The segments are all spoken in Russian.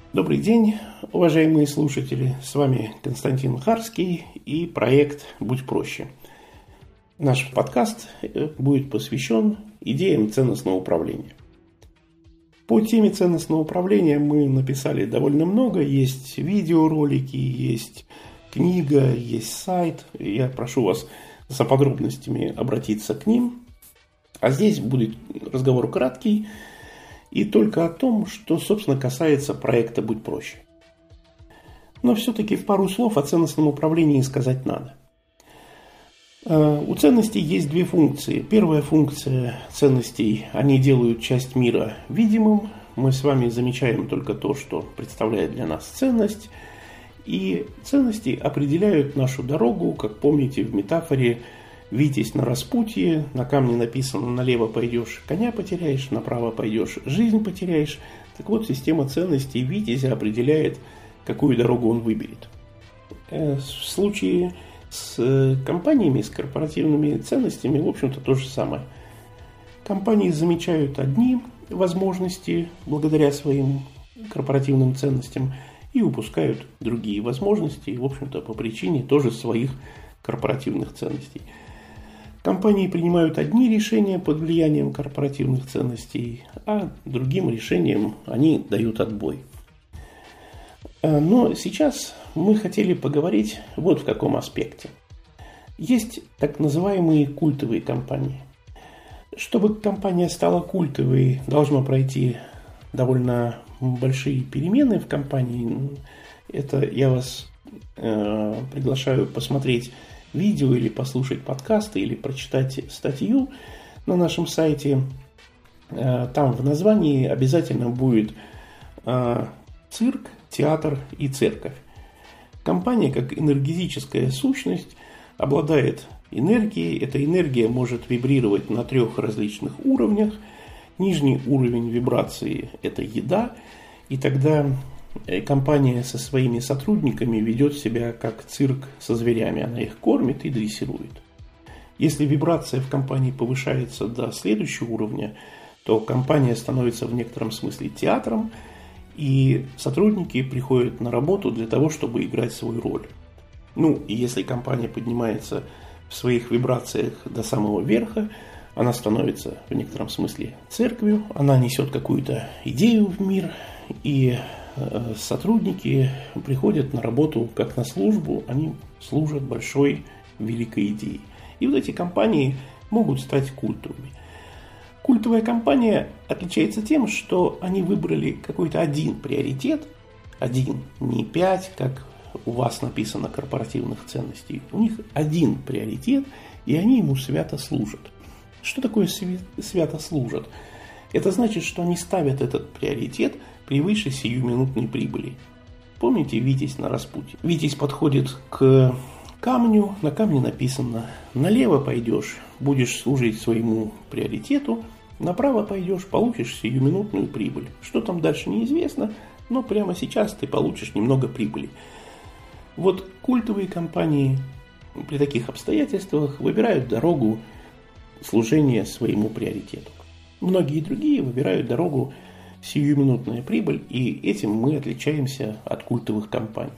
Добрый день, уважаемые слушатели. С вами Константин Харский и проект «Будь проще». Наш подкаст будет посвящен идеям ценностного управления. По теме ценностного управления мы написали довольно много. Есть видеоролики, есть книга, есть сайт. Я прошу вас за подробностями обратиться к ним. А здесь будет разговор краткий и только о том, что, собственно, касается проекта «Будь проще». Но все-таки пару слов о ценностном управлении сказать надо. У ценностей есть две функции. Первая функция ценностей – они делают часть мира видимым. Мы с вами замечаем только то, что представляет для нас ценность. И ценности определяют нашу дорогу, как помните в метафоре «Витязь на распутье», на камне написано «налево пойдешь, коня потеряешь, направо пойдешь, жизнь потеряешь». Так вот, система ценностей Витязя определяет, какую дорогу он выберет. В случае с компаниями, с корпоративными ценностями, в общем-то, то же самое. Компании замечают одни возможности благодаря своим корпоративным ценностям и упускают другие возможности, в общем-то, по причине тоже своих корпоративных ценностей. Компании принимают одни решения под влиянием корпоративных ценностей, а другим решениям они дают отбой. Но сейчас мы хотели поговорить вот в каком аспекте. Есть так называемые культовые компании. Чтобы компания стала культовой, должно пройти довольно большие перемены в компании. Это я вас приглашаю посмотреть видео или послушать подкасты, или прочитать статью на нашем сайте. Там в названии обязательно будет цирк, театр и церковь. Компания, как энергетическая сущность, обладает энергией. Эта энергия может вибрировать на 3 различных уровнях. Нижний уровень вибрации – это еда. И тогда компания со своими сотрудниками ведет себя как цирк со зверями. Она их кормит и дрессирует. Если вибрация в компании повышается до следующего уровня, то компания становится в некотором смысле театром, и сотрудники приходят на работу для того, чтобы играть свою роль. И если компания поднимается в своих вибрациях до самого верха, она становится в некотором смысле церковью, она несет какую-то идею в мир, и сотрудники приходят на работу как на службу, они служат большой, великой идее. И вот эти компании могут стать культовыми. Культовая компания отличается тем, что они выбрали какой-то один приоритет, один, не 5, как у вас написано, корпоративных ценностей. У них один приоритет, и они ему свято служат. Что такое свято служат? Это значит, что они ставят этот приоритет превыше сиюминутной прибыли. Помните Витязь на распутье? Витязь подходит к камню, на камне написано «налево пойдешь, будешь служить своему приоритету, направо пойдешь, получишь сиюминутную прибыль». Что там дальше неизвестно, но прямо сейчас ты получишь немного прибыли. Вот культовые компании при таких обстоятельствах выбирают дорогу служения своему приоритету. Многие другие выбирают дорогу сиюминутная прибыль, и этим мы отличаемся от культовых компаний.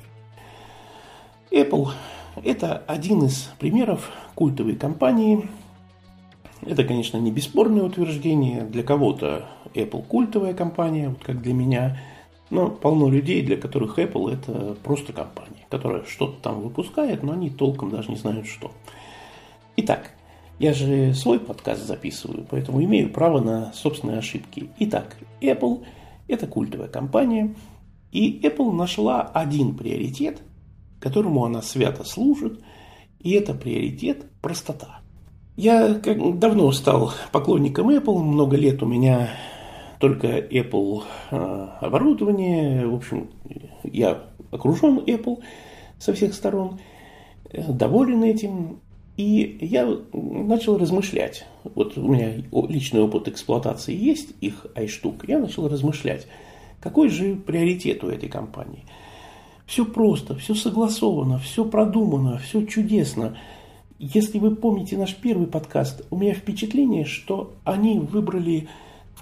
Apple – это один из примеров культовой компании. Это, конечно, не бесспорное утверждение. Для кого-то Apple культовая компания, вот как для меня, но полно людей, для которых Apple – это просто компания, которая что-то там выпускает, но они толком даже не знают что. Итак, я же свой подкаст записываю, поэтому имею право на собственные ошибки. Итак, Apple – это культовая компания, и Apple нашла один приоритет, которому она свято служит, и это приоритет – простота. Я давно стал поклонником Apple, много лет у меня только Apple оборудование, в общем, я окружен Apple со всех сторон, доволен этим. И я начал размышлять. Вот у меня личный опыт эксплуатации есть их iStук. Я начал размышлять, какой же приоритет у этой компании. Все просто, все согласовано, все продумано, все чудесно. Если вы помните наш первый подкаст, у меня впечатление, что они выбрали в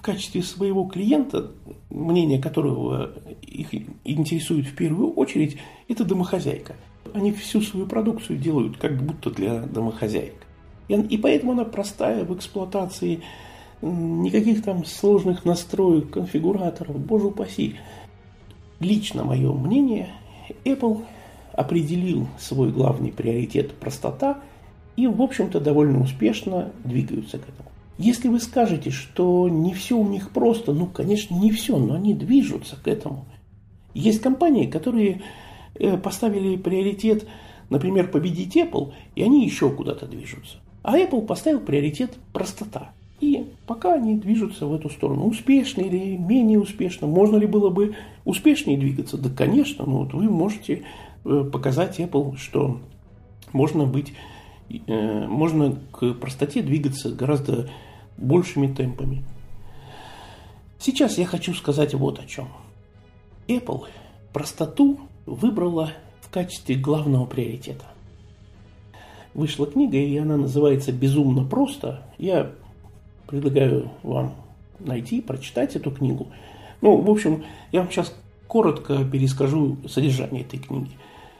в качестве своего клиента, мнение которого их интересует в первую очередь, это домохозяйка. Они всю свою продукцию делают как будто для домохозяек. И поэтому она простая в эксплуатации, никаких там сложных настроек, конфигураторов, боже упаси. Лично мое мнение, Apple определил свой главный приоритет – простота, и, в общем-то, довольно успешно двигаются к этому. Если вы скажете, что не все у них просто, ну, конечно, не все, но они движутся к этому. Есть компании, которые поставили приоритет, например, победить Apple, и они еще куда-то движутся. А Apple поставил приоритет простота. И пока они движутся в эту сторону. Успешно или менее успешно. Можно ли было бы успешнее двигаться? Да, конечно. Ну, вот вы можете показать Apple, что можно к простоте двигаться гораздо большими темпами. Сейчас я хочу сказать вот о чем. Apple простоту выбрала в качестве главного приоритета. Вышла книга, и она называется «Безумно просто». Я предлагаю вам найти, прочитать эту книгу. Ну, в общем, я вам сейчас коротко перескажу содержание этой книги.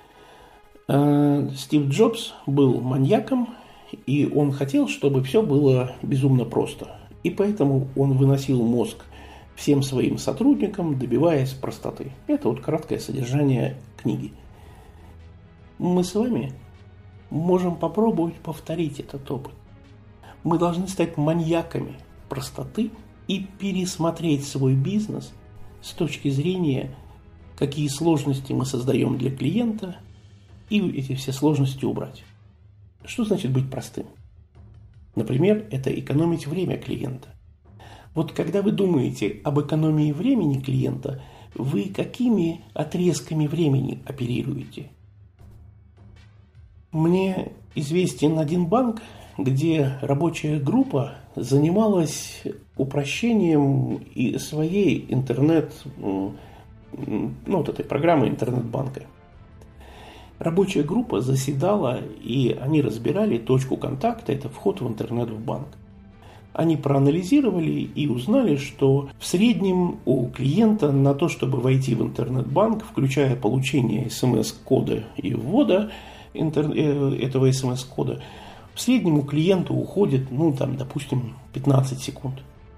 Стив Джобс был маньяком, и он хотел, чтобы все было безумно просто. И поэтому он выносил мозг всем своим сотрудникам, добиваясь простоты. Это вот краткое содержание книги. Мы с вами можем попробовать повторить этот опыт. Мы должны стать маньяками простоты и пересмотреть свой бизнес с точки зрения, какие сложности мы создаем для клиента, и эти все сложности убрать. Что значит быть простым? Например, это экономить время клиента. Вот когда вы думаете об экономии времени клиента, вы какими отрезками времени оперируете? Мне известен один банк, где рабочая группа занималась упрощением и своей вот этой программы интернет-банка. Рабочая группа заседала, и они разбирали точку контакта, это вход в интернет в банк. Они проанализировали и узнали, что в среднем у клиента на то, чтобы войти в интернет-банк, включая получение смс-кода и ввода этого смс-кода, в среднем у клиента уходит, допустим, 15 секунд.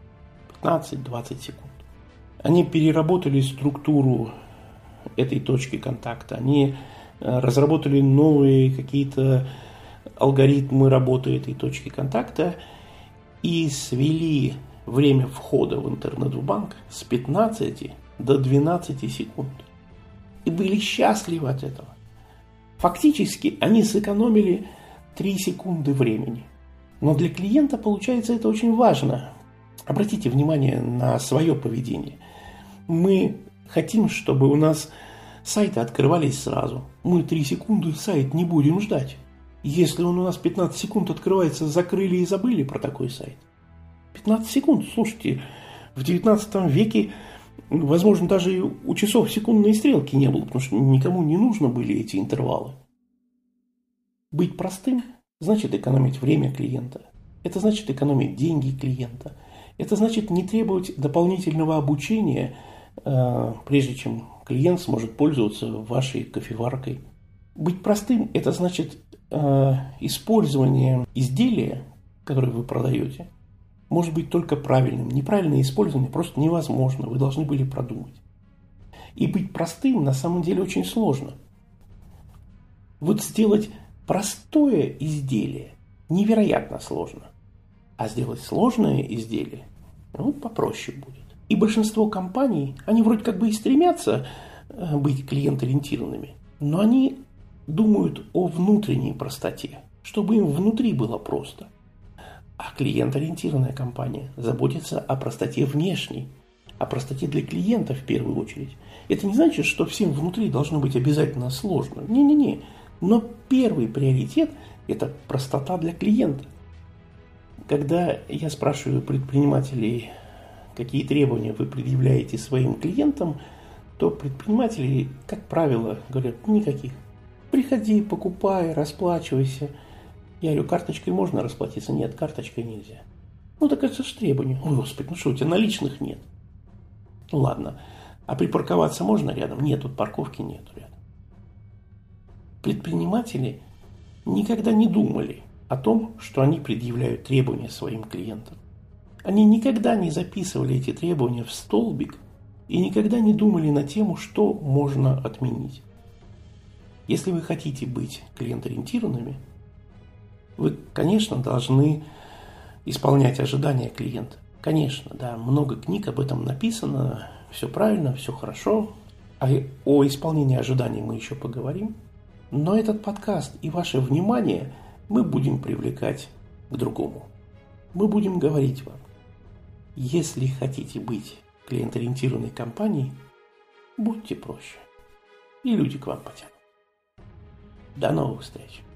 15-20 секунд. Они переработали структуру этой точки контакта. Они разработали новые какие-то алгоритмы работы этой точки контакта и свели время входа в интернет-банк с 15 до 12 секунд. И были счастливы от этого. Фактически они сэкономили 3 секунды времени. Но для клиента, получается, это очень важно. Обратите внимание на свое поведение. Мы хотим, чтобы у нас сайты открывались сразу. Мы 3 секунды сайт не будем ждать. Если он у нас 15 секунд открывается, закрыли и забыли про такой сайт. 15 секунд, слушайте, в 19 веке, возможно, даже у часов секундной стрелки не было, потому что никому не нужны были эти интервалы. Быть простым значит экономить время клиента. Это значит экономить деньги клиента. Это значит не требовать дополнительного обучения, прежде чем клиент сможет пользоваться вашей кофеваркой. Быть простым – это значит использование изделия, которое вы продаете, может быть только правильным. Неправильное использование просто невозможно. Вы должны были продумать. И быть простым на самом деле очень сложно. Вот сделать простое изделие невероятно сложно. А сделать сложное изделие попроще будет. И большинство компаний, они вроде как бы и стремятся быть клиент-ориентированными, но они думают о внутренней простоте, чтобы им внутри было просто. А клиент-ориентированная компания заботится о простоте внешней, о простоте для клиента в первую очередь. Это не значит, что всем внутри должно быть обязательно сложно. Не-не-не. Но первый приоритет – это простота для клиента. Когда я спрашиваю предпринимателей, какие требования вы предъявляете своим клиентам, то предприниматели, как правило, говорят: никаких. Приходи, покупай, расплачивайся. Я говорю: карточкой можно расплатиться? Нет, карточкой нельзя. Ну так это же требование. Ой, Господи, ну что, у тебя наличных нет? Ну ладно. А припарковаться можно рядом? Нет, тут парковки нет рядом. Предприниматели никогда не думали о том, что они предъявляют требования своим клиентам. Они никогда не записывали эти требования в столбик и никогда не думали на тему, что можно отменить. Если вы хотите быть клиент-ориентированными, вы, конечно, должны исполнять ожидания клиента. Конечно, да, много книг об этом написано, все правильно, все хорошо. А о исполнении ожиданий мы еще поговорим. Но этот подкаст и ваше внимание мы будем привлекать к другому. Мы будем говорить вам, если хотите быть клиент-ориентированной компанией, будьте проще, и люди к вам потянут. До новых встреч!